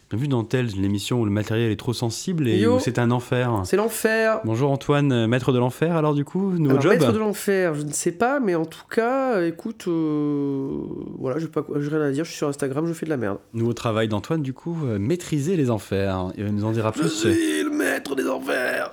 Bienvenue dans Tales, l'émission où le matériel est trop sensible et où c'est un enfer. C'est l'enfer. Bonjour Antoine, maître de l'enfer alors du coup, nouveau Alors, job. maître de l'enfer, je ne sais pas, mais en tout cas, écoute, voilà, j'ai rien à dire, je suis sur Instagram, je fais de la merde. Nouveau travail d'Antoine du coup, maîtriser les enfers. Il nous en dira plus. Je suis le maître des enfers.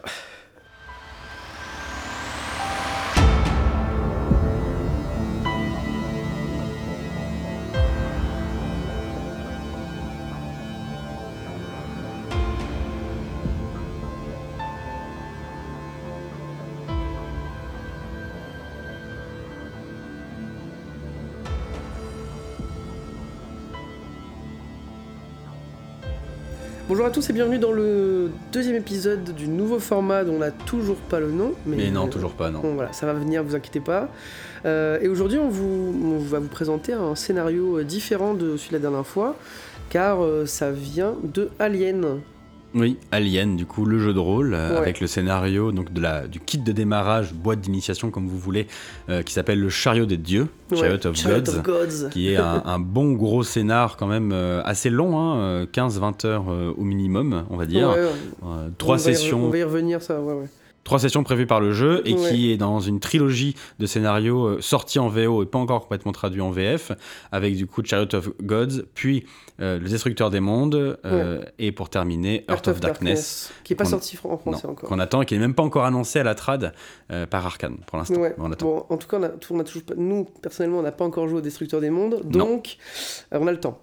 Bonjour à tous et bienvenue dans le deuxième épisode du nouveau format dont on n'a toujours pas le nom. Mais non, toujours pas, non. Bon, voilà, ça va venir, vous inquiétez pas. Et aujourd'hui, on va vous présenter un scénario différent de celui de la dernière fois, car ça vient de Alien. Oui, Alien, du coup, le jeu de rôle, avec le scénario donc du kit de démarrage, boîte d'initiation comme vous voulez, qui s'appelle le Chariot des Dieux, Chariot of Gods, qui est un bon gros scénar quand même assez long, 15-20 heures au minimum, on va dire. Trois sessions. On va y revenir, ça, ouais. 3 sessions prévues par le jeu et qui est dans une trilogie de scénarios sortis en VO et pas encore complètement traduits en VF, avec du coup Chariot of Gods, puis Le Destructeur des Mondes et pour terminer Heart of Darkness, qui n'est pas sorti en français encore. Qu'on attend et qui n'est même pas encore annoncé à la trad par Arkane pour l'instant. Ouais. Bon, en tout cas, on a toujours pas, nous personnellement on n'a pas encore joué au Destructeur des Mondes, donc on a le temps.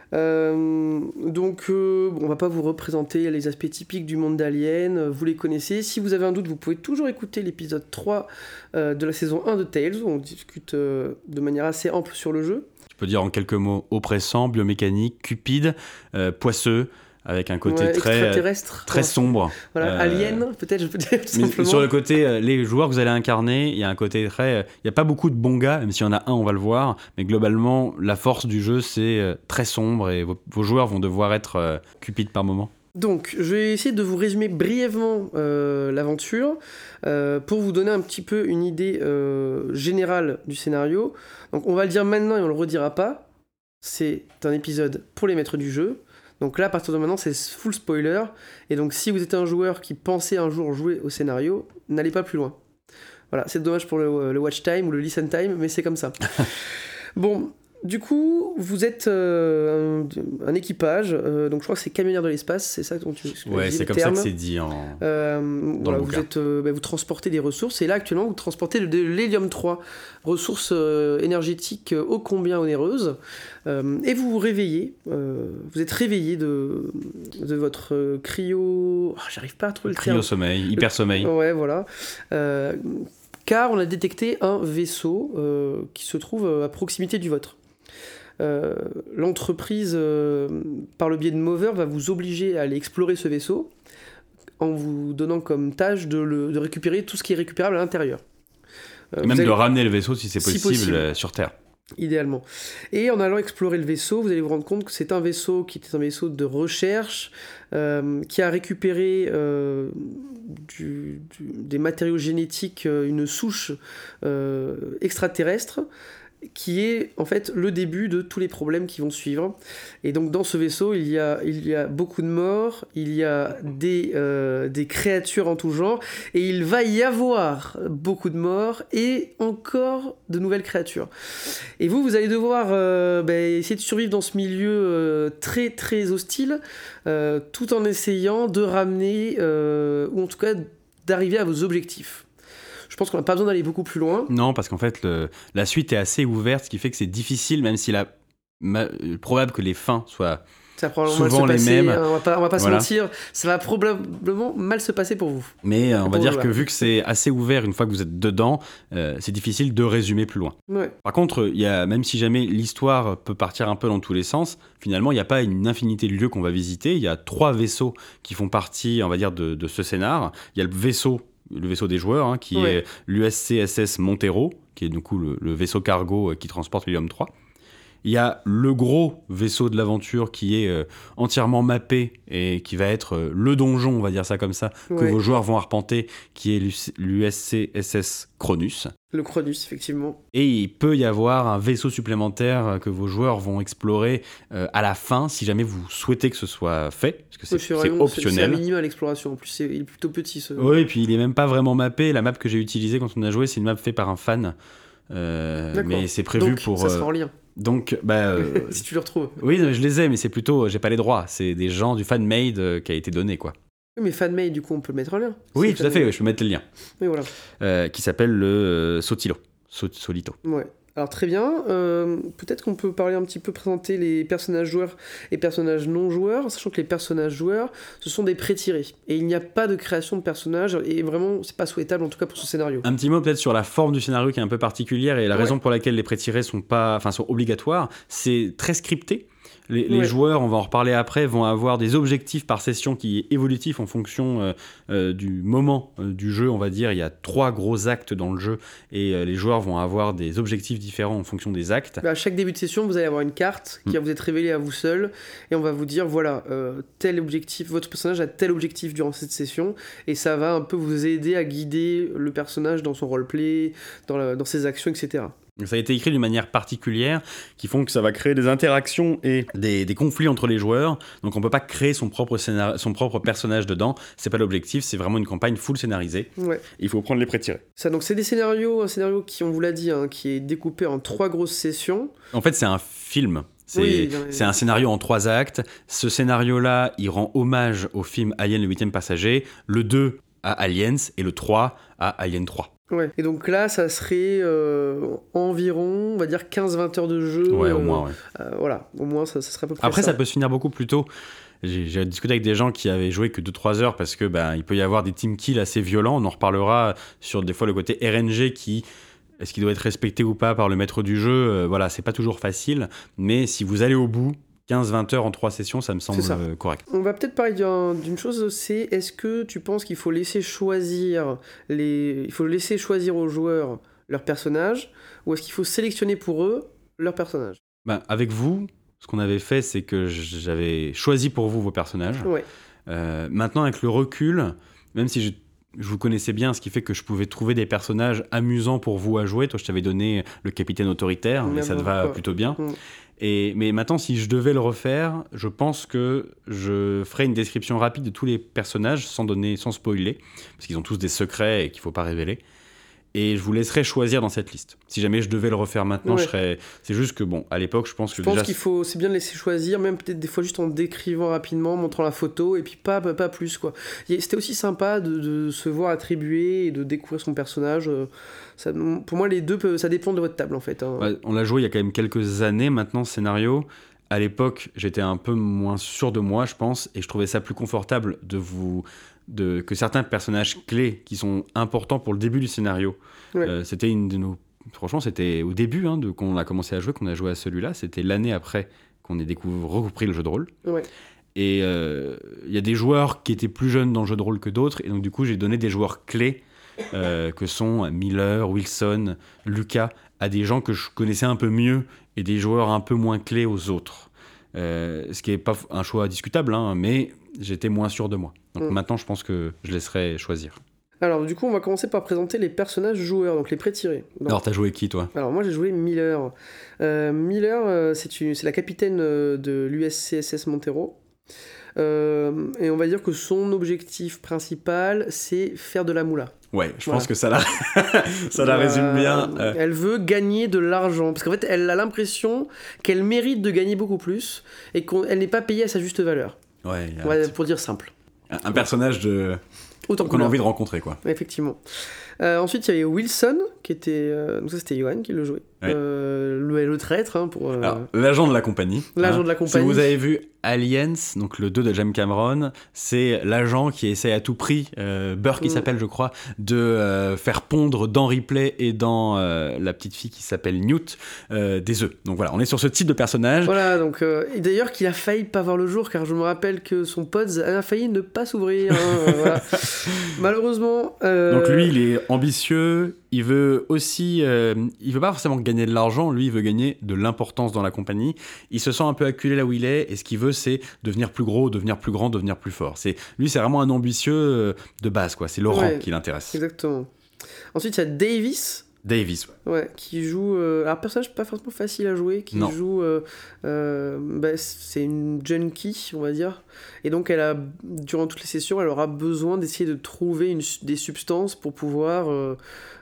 On va pas vous représenter les aspects typiques du monde d'Alien, vous les connaissez. Si vous avez un doute, vous pouvez toujours écouter l'épisode 3 de la saison 1 de Tales, où on discute de manière assez ample sur le jeu. Tu peux dire en quelques mots oppressant, biomécanique, cupide, poisseux, avec un côté très sombre. Voilà, Alien, peut-être, je peux dire tout simplement. Mais sur le côté, les joueurs que vous allez incarner, il y a un côté il n'y a pas beaucoup de bons gars, même s'il y en a un, on va le voir, mais globalement, la force du jeu, c'est très sombre et vos joueurs vont devoir être cupides par moment. Donc, je vais essayer de vous résumer brièvement l'aventure pour vous donner un petit peu une idée générale du scénario. Donc, on va le dire maintenant et on le redira pas. C'est un épisode pour les maîtres du jeu. Donc là, à partir de maintenant, c'est full spoiler. Et donc, si vous êtes un joueur qui pensait un jour jouer au scénario, n'allez pas plus loin. Voilà, c'est dommage pour le watch time ou le listen time, mais c'est comme ça. Bon, du coup, vous êtes un équipage. Donc, je crois que c'est camionneur de l'espace, c'est ça dont tu dis. Ouais, c'est comme ça que c'est dit dans le bouquin. Vous transportez des ressources. Et là, actuellement, vous transportez de l'hélium 3, ressources énergétiques ô combien onéreuses. Et vous vous réveillez. Vous êtes réveillé de votre cryo... Oh, j'arrive pas à trouver le terme. Cryo-sommeil, hyper-sommeil. Ouais, voilà. Car on a détecté un vaisseau qui se trouve à proximité du vôtre. L'entreprise, par le biais de Mover, va vous obliger à aller explorer ce vaisseau en vous donnant comme tâche de récupérer tout ce qui est récupérable à l'intérieur. Et même de ramener le vaisseau si c'est possible sur Terre. Idéalement. Et en allant explorer le vaisseau, vous allez vous rendre compte que c'est un vaisseau qui était un vaisseau de recherche, qui a récupéré des matériaux génétiques, une souche extraterrestre, qui est en fait le début de tous les problèmes qui vont suivre. Et donc dans ce vaisseau, il y a beaucoup de morts, il y a des créatures en tout genre, et il va y avoir beaucoup de morts et encore de nouvelles créatures. Et vous allez devoir essayer de survivre dans ce milieu très très hostile, tout en essayant de ramener, ou en tout cas d'arriver à vos objectifs. Je pense qu'on n'a pas besoin d'aller beaucoup plus loin. Non, parce qu'en fait, la suite est assez ouverte, ce qui fait que c'est difficile, même s'il est probable que les fins soient souvent les mêmes. On va pas se mentir, ça va probablement mal se passer pour vous. Mais on va dire que vu que c'est assez ouvert une fois que vous êtes dedans, c'est difficile de résumer plus loin. Ouais. Par contre, même si jamais l'histoire peut partir un peu dans tous les sens, finalement, il n'y a pas une infinité de lieux qu'on va visiter. Il y a 3 vaisseaux qui font partie, on va dire, de ce scénar. Il y a le vaisseau des joueurs, qui est l'USCSS Montero, qui est du coup le vaisseau cargo qui transporte l'hélium 3. Il y a le gros vaisseau de l'aventure qui est entièrement mappé et qui va être le donjon, on va dire ça comme ça, que vos joueurs vont arpenter, qui est l'USCSS Cronus. Le Cronus, effectivement. Et il peut y avoir un vaisseau supplémentaire que vos joueurs vont explorer à la fin, si jamais vous souhaitez que ce soit fait, parce que c'est optionnel. C'est un minimum à l'exploration, en plus il est plutôt petit. Oui, et puis il est même pas vraiment mappé. La map que j'ai utilisée quand on a joué, c'est une map faite par un fan. Mais c'est prévu donc, pour... ça sera en lien. Donc, si tu le retrouves. Oui, je les ai, mais c'est plutôt... J'ai pas les droits. C'est des gens du fan-made qui a été donné, quoi. Oui, mais fan-made, du coup, on peut le mettre en lien. Oui, tout à fait, je peux mettre le lien. Oui, voilà. Qui s'appelle le Solito. Ouais. Alors très bien, peut-être qu'on peut parler un petit peu, présenter les personnages joueurs et personnages non joueurs, sachant que les personnages joueurs, ce sont des pré-tirés. Et il n'y a pas de création de personnages, et vraiment, c'est pas souhaitable, en tout cas pour ce scénario. Un petit mot peut-être sur la forme du scénario qui est un peu particulière, et la raison pour laquelle les pré-tirés sont obligatoires, c'est très scripté. Les joueurs, on va en reparler après, vont avoir des objectifs par session qui est évolutif en fonction du moment du jeu, on va dire. Il y a 3 gros actes dans le jeu et les joueurs vont avoir des objectifs différents en fonction des actes. À chaque début de session, vous allez avoir une carte qui va vous être révélée à vous seul et on va vous dire, voilà, tel objectif, votre personnage a tel objectif durant cette session et ça va un peu vous aider à guider le personnage dans son roleplay, dans ses actions, etc. Donc ça a été écrit d'une manière particulière qui font que ça va créer des interactions et des conflits entre les joueurs. Donc on peut pas créer son propre personnage dedans. C'est pas l'objectif, c'est vraiment une campagne full scénarisée. Ouais. Il faut prendre les pré-tirés. Ça, donc c'est un scénario qui, on vous l'a dit, qui est découpé en 3 grosses sessions. En fait, c'est un film. C'est un scénario en 3 actes. Ce scénario-là, il rend hommage au film Alien le 8e passager, le 2 à Aliens et le 3 à Alien 3. Ouais, et donc là, ça serait environ, on va dire, 15-20 heures de jeu. Ouais, au moins, ouais. Voilà, au moins, ça serait à peu près Après, ça peut se finir beaucoup plus tôt. J'ai discuté avec des gens qui avaient joué que 2-3 heures parce que il peut y avoir des team kills assez violents. On en reparlera sur des fois le côté RNG est-ce qu'il doit être respecté ou pas par le maître du jeu. Voilà, c'est pas toujours facile. Mais si vous allez au bout, 15-20 heures en 3 sessions, ça me semble correct. On va peut-être parler d'une chose, c'est est-ce que tu penses qu'il faut laisser choisir aux joueurs leurs personnages, ou est-ce qu'il faut sélectionner pour eux leurs personnages ? Avec vous, ce qu'on avait fait, c'est que j'avais choisi pour vous vos personnages. Ouais. Maintenant, avec le recul, même si je vous connaissais bien, ce qui fait que je pouvais trouver des personnages amusants pour vous à jouer. Toi, je t'avais donné le capitaine autoritaire, mais ça te va plutôt bien. Mais maintenant, si je devais le refaire, je pense que je ferais une description rapide de tous les personnages sans spoiler, parce qu'ils ont tous des secrets et qu'il ne faut pas révéler. Et je vous laisserai choisir dans cette liste. Si jamais je devais le refaire maintenant, c'est juste que, à l'époque, je pense que c'est bien de laisser choisir, même peut-être des fois juste en décrivant rapidement, montrant la photo, et puis pas plus, quoi. C'était aussi sympa de se voir attribuer et de découvrir son personnage. Pour moi, les deux, ça dépend de votre table, en fait. Hein. On l'a joué il y a quand même quelques années, maintenant, ce scénario. À l'époque, j'étais un peu moins sûr de moi, je pense, et je trouvais ça plus confortable que certains personnages clés qui sont importants pour le début du scénario. C'était une de nos... Franchement, c'était au début qu'on a commencé à jouer, qu'on a joué à celui-là. C'était l'année après qu'on ait repris le jeu de rôle. Ouais. Et y a des joueurs qui étaient plus jeunes dans le jeu de rôle que d'autres, et donc du coup, j'ai donné des joueurs clés que sont Miller, Wilson, Lucas, à des gens que je connaissais un peu mieux et des joueurs un peu moins clés aux autres. Ce qui n'est pas un choix discutable, mais j'étais moins sûr de moi. Donc maintenant, je pense que je laisserai choisir. Alors du coup, on va commencer par présenter les personnages joueurs, donc les pré-tirés. Alors t'as joué qui, toi ? Alors moi, j'ai joué Miller. Miller, c'est la capitaine de l'USCSS Montero. Et on va dire que son objectif principal, c'est faire de la moula. Ouais, je pense que ça la résume bien. Elle veut gagner de l'argent, parce qu'en fait, elle a l'impression qu'elle mérite de gagner beaucoup plus, et qu'elle n'est pas payée à sa juste valeur. Ouais, pour dire simple. Un personnage qu'on a envie de rencontrer, quoi. Effectivement. Ensuite, il y avait Wilson, qui était... donc ça, c'était Johan qui le jouait. Ouais. Le traître, Alors, l'agent de la compagnie. L'agent de la compagnie. Si vous avez vu Aliens, donc le 2 de James Cameron, c'est l'agent qui essaie à tout prix, Burke il s'appelle, je crois, de faire pondre dans Ripley et dans la petite fille qui s'appelle Newt des œufs. Donc voilà, on est sur ce type de personnage. Voilà, donc et d'ailleurs qu'il a failli pas voir le jour, car je me rappelle que son pod a failli ne pas s'ouvrir. Voilà. Malheureusement. Donc lui, il est ambitieux. Il veut aussi, il veut pas forcément gagner de l'argent. Lui, il veut gagner de l'importance dans la compagnie. Il se sent un peu acculé là où il est, et ce qu'il veut, c'est devenir plus gros, devenir plus grand, devenir plus fort. Lui, c'est vraiment un ambitieux de base, quoi. C'est le rang qui l'intéresse. Exactement. Ensuite, il y a Davis. Davis. Ouais, qui joue. Alors, personnage pas forcément facile à jouer, qui joue. C'est une junkie, on va dire. Et donc, durant toutes les sessions, elle aura besoin d'essayer de trouver des substances pour pouvoir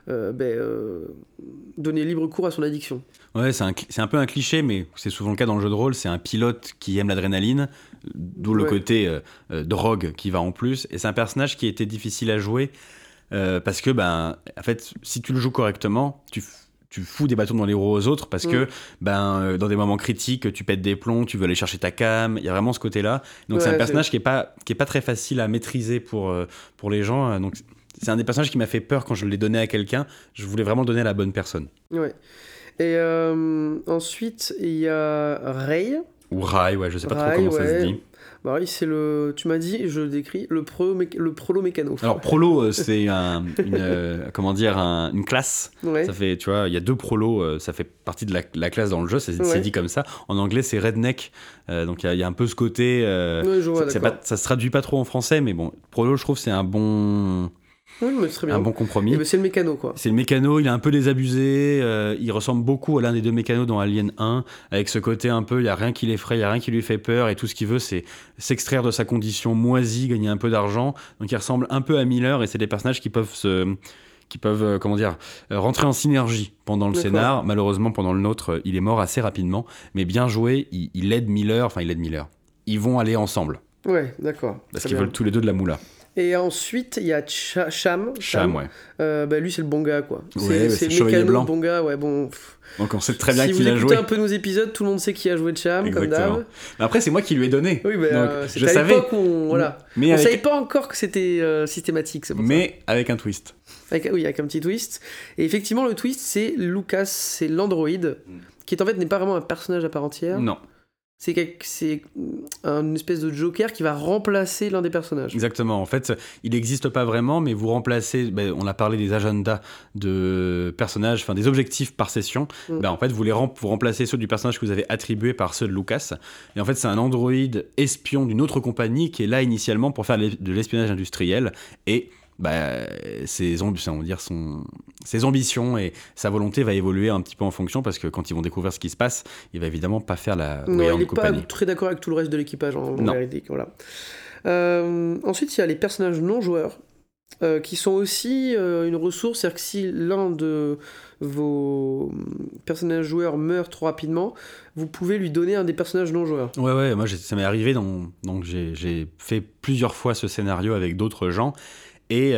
donner libre cours à son addiction. Ouais, c'est un peu un cliché, mais c'est souvent le cas dans le jeu de rôle. C'est un pilote qui aime l'adrénaline, d'où le côté drogue qui va en plus. Et c'est un personnage qui était difficile à jouer. Parce que, en fait, si tu le joues correctement, tu fous des bâtons dans les roues aux autres parce que, dans des moments critiques, tu pètes des plombs, tu veux aller chercher ta cam, il y a vraiment ce côté-là. Donc, c'est un personnage qui est pas très facile à maîtriser pour les gens. Donc, c'est un des personnages qui m'a fait peur quand je l'ai donné à quelqu'un. Je voulais vraiment le donner à la bonne personne. Ouais. Et ensuite, il y a Ray. Ou Ray, ouais, je sais pas trop comment ça se dit. Bah oui, c'est tu m'as dit, je le décris, le prolo mécano. Alors prolo, c'est une classe. Ouais. Ça fait, tu vois, il y a 2 prolos, ça fait partie de la classe dans le jeu. C'est dit comme ça. En anglais, c'est redneck. Donc il y a un peu ce côté. Ça se traduit pas trop en français, mais bon, prolo, je trouve, c'est un bon. Oui, mais c'est très bien. Un bon compromis. C'est le mécano, quoi. C'est le mécano, il est un peu désabusé, il ressemble beaucoup à l'un des 2 mécanos dans Alien 1, avec ce côté un peu, il n'y a rien qui l'effraie, il n'y a rien qui lui fait peur, et tout ce qu'il veut, c'est s'extraire de sa condition moisie, gagner un peu d'argent. Donc il ressemble un peu à Miller, et c'est des personnages qui peuvent rentrer en synergie pendant le scénar. Malheureusement, pendant le nôtre, il est mort assez rapidement, mais bien joué, il aide Miller. Ils vont aller ensemble. Ouais, d'accord. Parce qu'ils veulent tous les 2 de la moula. Et ensuite, il y a Cham. Ouais. Lui, c'est le bon gars, quoi. C'est le mécano, le bon gars, ouais, bon... Donc on sait très bien qui l'a joué. Si vous écoutez un peu nos épisodes, tout le monde sait qui a joué Cham, comme d'hab. Mais après, c'est moi qui lui ai donné. Oui, c'était à l'époque où on savait pas encore que c'était systématique, c'est pour ça. Avec un twist. Avec un petit twist. Et effectivement, le twist, c'est Lucas, c'est l'androïde, qui en fait n'est pas vraiment un personnage à part entière. Non. C'est une espèce de Joker qui va remplacer l'un des personnages. Exactement. En fait, il n'existe pas vraiment, mais vous remplacez... on a parlé des agendas de personnages, enfin des objectifs par session. En fait, vous remplacez ceux du personnage que vous avez attribué par ceux de Lucas. Et en fait, c'est un androïde espion d'une autre compagnie qui est là initialement pour faire de l'espionnage industriel. Et... ses ambitions et sa volonté va évoluer un petit peu en fonction, parce que quand ils vont découvrir ce qui se passe, il va évidemment pas faire la brillante compagnie. Il n'est pas très d'accord avec tout le reste de l'équipage en vérité. Voilà. Ensuite, il y a les personnages non joueurs qui sont aussi une ressource, c'est-à-dire que si l'un de vos personnages joueurs meurt trop rapidement, vous pouvez lui donner un des personnages non joueurs. Ouais, moi ça m'est arrivé, donc j'ai fait plusieurs fois ce scénario avec d'autres gens. Et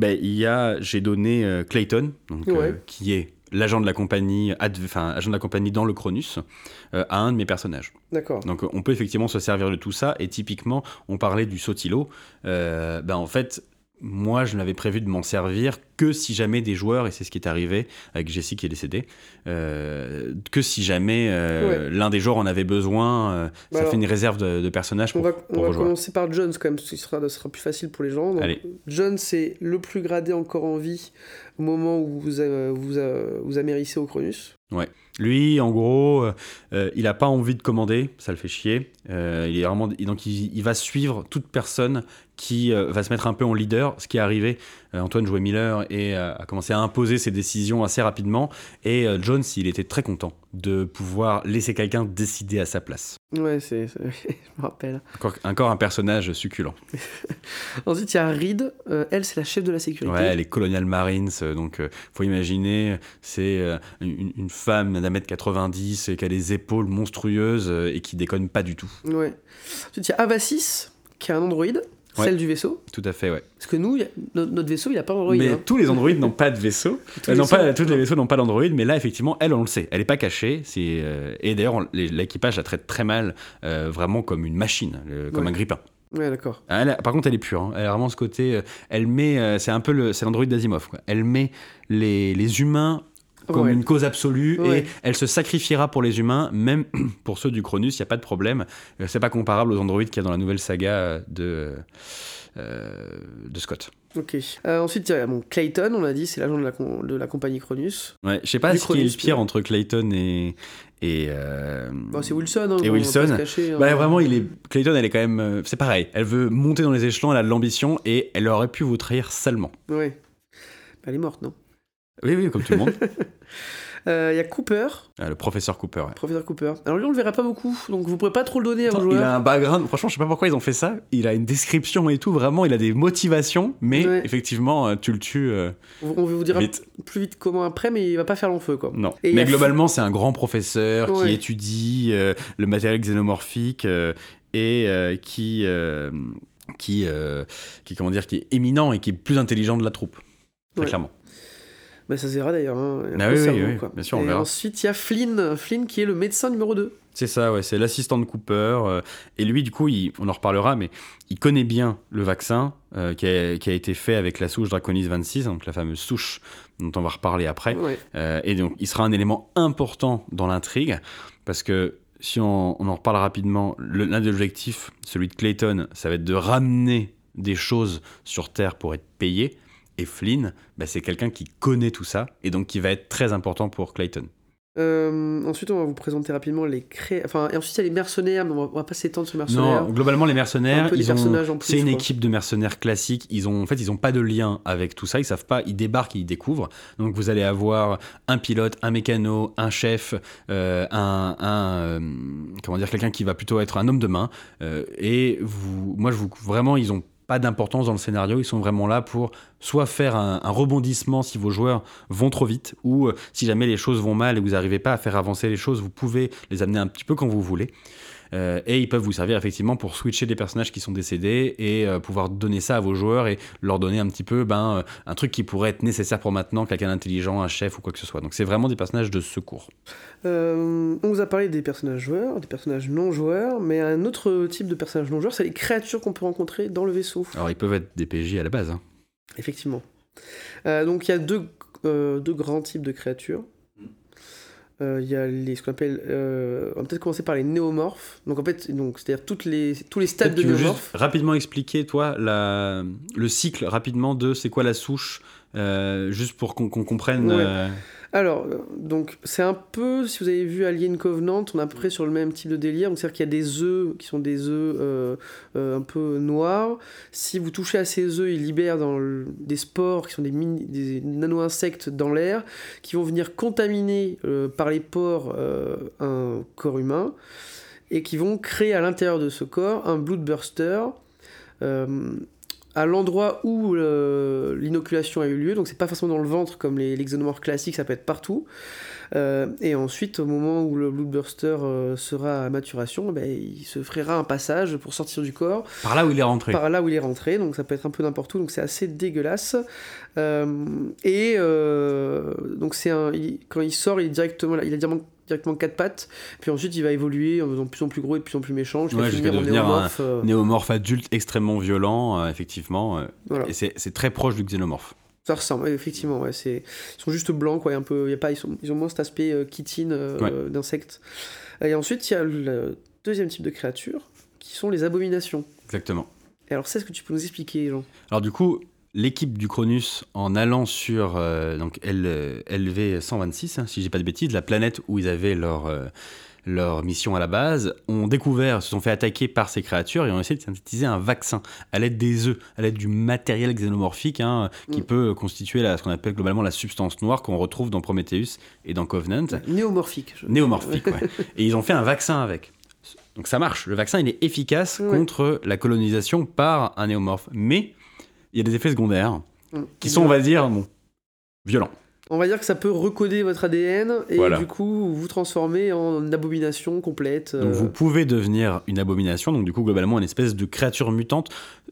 j'ai donné Clayton, qui est l'agent de la compagnie, agent de la compagnie dans le Cronus, à un de mes personnages. D'accord. Donc on peut effectivement se servir de tout ça. Et typiquement, on parlait du Sotilo. En fait, moi, je n'avais prévu de m'en servir que si jamais des joueurs, et c'est ce qui est arrivé avec Jessie qui est décédée, que si jamais l'un des joueurs en avait besoin, ça fait une réserve de personnages pour on va commencer par Jones quand même, ce sera plus facile pour les gens. Donc, Jones, c'est le plus gradé encore en vie au moment où vous amérissez au Cronus. Ouais. Lui, en gros, il n'a pas envie de commander, ça le fait chier. Il est vraiment, donc il va suivre toute personne qui va se mettre un peu en leader. Ce qui est arrivé, Antoine jouait Miller et a commencé à imposer ses décisions assez rapidement. Et Jones, il était très content de pouvoir laisser quelqu'un décider à sa place. Ouais, je me rappelle. Encore un personnage succulent. Ensuite, il y a Reed. Elle, c'est la chef de la sécurité. Ouais, elle est Colonial Marines. Donc, faut imaginer, c'est une femme d'1m90 qui a des épaules monstrueuses et qui déconne pas du tout. Ouais. Ensuite, il y a Avassis, qui est un androïde. Celle du vaisseau. Tout à fait, ouais. Parce que nous, notre vaisseau, il n'a pas d'android. Mais tous les androïdes n'ont pas de vaisseau. Tous les vaisseaux n'ont pas d'android, mais là, effectivement, elle, on le sait. Elle n'est pas cachée. Et d'ailleurs, l'équipage la traite très mal, vraiment comme une machine, comme un grippin. Ouais, d'accord. Par contre, elle est pure. Hein. Elle a vraiment ce côté... c'est un peu c'est l'androïde d'Asimov, quoi. Elle met les humains comme une cause absolue, et elle se sacrifiera pour les humains, même pour ceux du Cronus, il n'y a pas de problème. C'est pas comparable aux androïdes qu'il y a dans la nouvelle saga de Scott. Ok. Ensuite, il y a Clayton, on a dit, c'est l'agent de la compagnie Cronus. Ouais, je sais pas ce qui est le pire entre Clayton et c'est Wilson. Et Wilson. Vraiment, Clayton, elle est quand même. C'est pareil. Elle veut monter dans les échelons, elle a de l'ambition et elle aurait pu vous trahir salement. Oui. Elle est morte, non ? Oui, comme tout le monde. Il y a Cooper. Le professeur Cooper. Ouais. Professeur Cooper. Alors lui, on le verra pas beaucoup, donc vous pourrez pas trop le donner à vos joueurs. Il a un background. Franchement, je sais pas pourquoi ils ont fait ça. Il a une description et tout. Vraiment, il a des motivations, mais effectivement, tu le tues. On vous dira plus vite comment après, mais il va pas faire long feu, quoi. Non. Mais globalement, c'est un grand professeur qui étudie le matériel xénomorphique et qui est éminent et qui est plus intelligent de la troupe. Très clairement. Ça se verra d'ailleurs. Oui, bien sûr, on verra. Ensuite, il y a Flynn qui est le médecin numéro 2. C'est ça, c'est l'assistant de Cooper. Et lui, du coup, on en reparlera, mais il connaît bien le vaccin qui a été fait avec la souche Draconis 26, donc la fameuse souche dont on va reparler après. Et donc, il sera un élément important dans l'intrigue, parce que si on en reparle rapidement, l'un des objectifs, celui de Clayton, ça va être de ramener des choses sur Terre pour être payé. Et Flynn, c'est quelqu'un qui connaît tout ça, et donc qui va être très important pour Clayton. Ensuite, on va vous présenter rapidement et ensuite, il y a les mercenaires, mais on va pas s'étendre sur les mercenaires. Non, globalement, les mercenaires, c'est une équipe de mercenaires classiques. Ils ont pas de lien avec tout ça. Ils savent pas, ils débarquent, ils découvrent. Donc, vous allez avoir un pilote, un mécano, un chef, quelqu'un qui va plutôt être un homme de main. Vraiment, ils ont pas d'importance dans le scénario, ils sont vraiment là pour soit faire un rebondissement si vos joueurs vont trop vite, ou si jamais les choses vont mal et vous n'arrivez pas à faire avancer les choses, vous pouvez les amener un petit peu quand vous voulez. Et ils peuvent vous servir effectivement pour switcher des personnages qui sont décédés et pouvoir donner ça à vos joueurs et leur donner un petit peu un truc qui pourrait être nécessaire pour maintenant, quelqu'un d'intelligent, un chef ou quoi que ce soit. Donc c'est vraiment des personnages de secours. On vous a parlé des personnages joueurs, des personnages non joueurs, mais un autre type de personnage non joueur, c'est les créatures qu'on peut rencontrer dans le vaisceau. Alors ils peuvent être des PJ à la base. Effectivement. Donc il y a deux grands types de créatures. Il y a ce qu'on appelle, on va peut-être commencer par les néomorphes. Donc en fait, c'est-à-dire tous les stades de néomorphes. Juste rapidement expliquer, toi, le cycle rapidement de c'est quoi la souche, juste pour qu'on comprenne. Ouais. Alors, donc c'est un peu, si vous avez vu Alien Covenant, on est à peu près sur le même type de délire. Donc c'est-à-dire qu'il y a des œufs qui sont des œufs un peu noirs. Si vous touchez à ces œufs, ils libèrent des spores qui sont des nano-insectes dans l'air qui vont venir contaminer par les pores un corps humain et qui vont créer à l'intérieur de ce corps un bloodburster à l'endroit où l'inoculation a eu lieu, donc c'est pas forcément dans le ventre comme les xénomorphes classiques, ça peut être partout. Et ensuite, au moment où le bloodburster sera à maturation, il se frayera un passage pour sortir du corps. Par là où il est rentré. Donc ça peut être un peu n'importe où, donc c'est assez dégueulasse. Donc quand il sort, il a directement 4 pattes, puis ensuite il va évoluer en devenant de plus en plus gros et de plus en plus méchant jusqu'à devenir un néomorphe adulte extrêmement violent, effectivement. Voilà. Et c'est très proche du xénomorphe. Ça ressemble, effectivement. Ouais, ils sont juste blancs, quoi, ils ont moins cet aspect chitine d'insectes. Et ensuite, il y a le deuxième type de créatures, qui sont les abominations. Exactement. Et alors, c'est ce que tu peux nous expliquer, Jean ? Alors du coup, l'équipe du Cronus, en allant sur LV 126, si je dis pas de bêtises, la planète où ils avaient leur mission à la base, se sont fait attaquer par ces créatures et ont essayé de synthétiser un vaccin à l'aide des œufs, à l'aide du matériel xénomorphique qui peut constituer ce qu'on appelle globalement la substance noire qu'on retrouve dans Prometheus et dans Covenant. Néomorphique. Néomorphique, ouais. Et ils ont fait un vaccin avec. Donc ça marche, le vaccin il est efficace contre la colonisation par un néomorphe, mais il y a des effets secondaires qui sont, on va dire, violents. On va dire que ça peut recoder votre ADN et du coup vous transformer en abomination complète. Donc vous pouvez devenir une abomination, donc du coup globalement une espèce de créature mutante.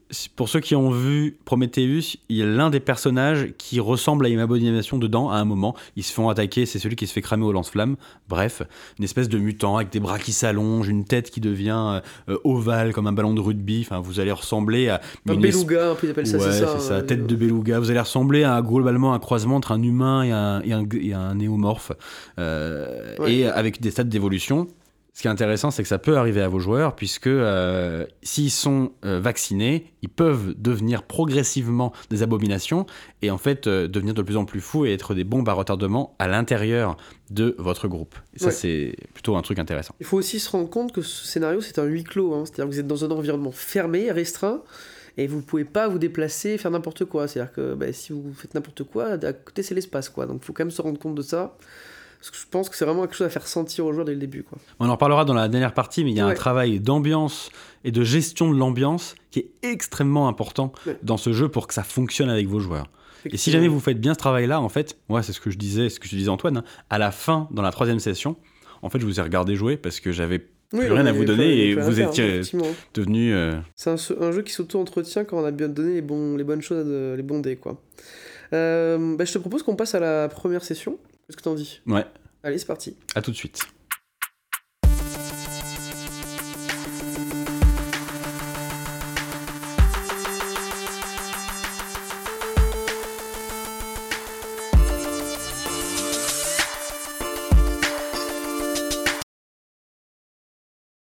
pour ceux qui ont vu Prometheus, il y a l'un des personnages qui ressemble à une abomination dedans à un moment. Ils se font attaquer, c'est celui qui se fait cramer au lance-flamme. Bref, une espèce de mutant avec des bras qui s'allongent, une tête qui devient ovale comme un ballon de rugby. Enfin, vous allez ressembler à... Un beluga, un peu ils appellent ça, c'est ça. C'est ça, tête de beluga. Vous allez ressembler à globalement un croisement entre un humain et un néomorphe. Et avec des stades d'évolution. Ce qui est intéressant, c'est que ça peut arriver à vos joueurs, puisque s'ils sont vaccinés, ils peuvent devenir progressivement des abominations, et en fait devenir de plus en plus fous et être des bombes à retardement à l'intérieur de votre groupe. Et ça, c'est plutôt un truc intéressant. Il faut aussi se rendre compte que ce scénario, c'est un huis clos, hein. C'est-à-dire que vous êtes dans un environnement fermé, restreint, et vous pouvez pas vous déplacer, faire n'importe quoi. C'est-à-dire que si vous faites n'importe quoi, à côté c'est l'espace, quoi. Donc il faut quand même se rendre compte de ça. Parce que je pense que c'est vraiment quelque chose à faire sentir aux joueurs dès le début, quoi. On en reparlera dans la dernière partie, mais il y a un travail d'ambiance et de gestion de l'ambiance qui est extrêmement important dans ce jeu pour que ça fonctionne avec vos joueurs. Et si jamais vous faites bien ce travail-là, en fait, moi c'est ce que je disais Antoine, à la fin, dans la 3e session, en fait je vous ai regardé jouer parce que j'avais plus rien à vous donner et vous étiez devenu... C'est un jeu qui s'auto-entretient quand on a bien donné les bonnes choses, les bons dés, quoi. Je te propose qu'on passe à la première session. Qu'est-ce que t'en dis ? Ouais. Allez, c'est parti. À tout de suite.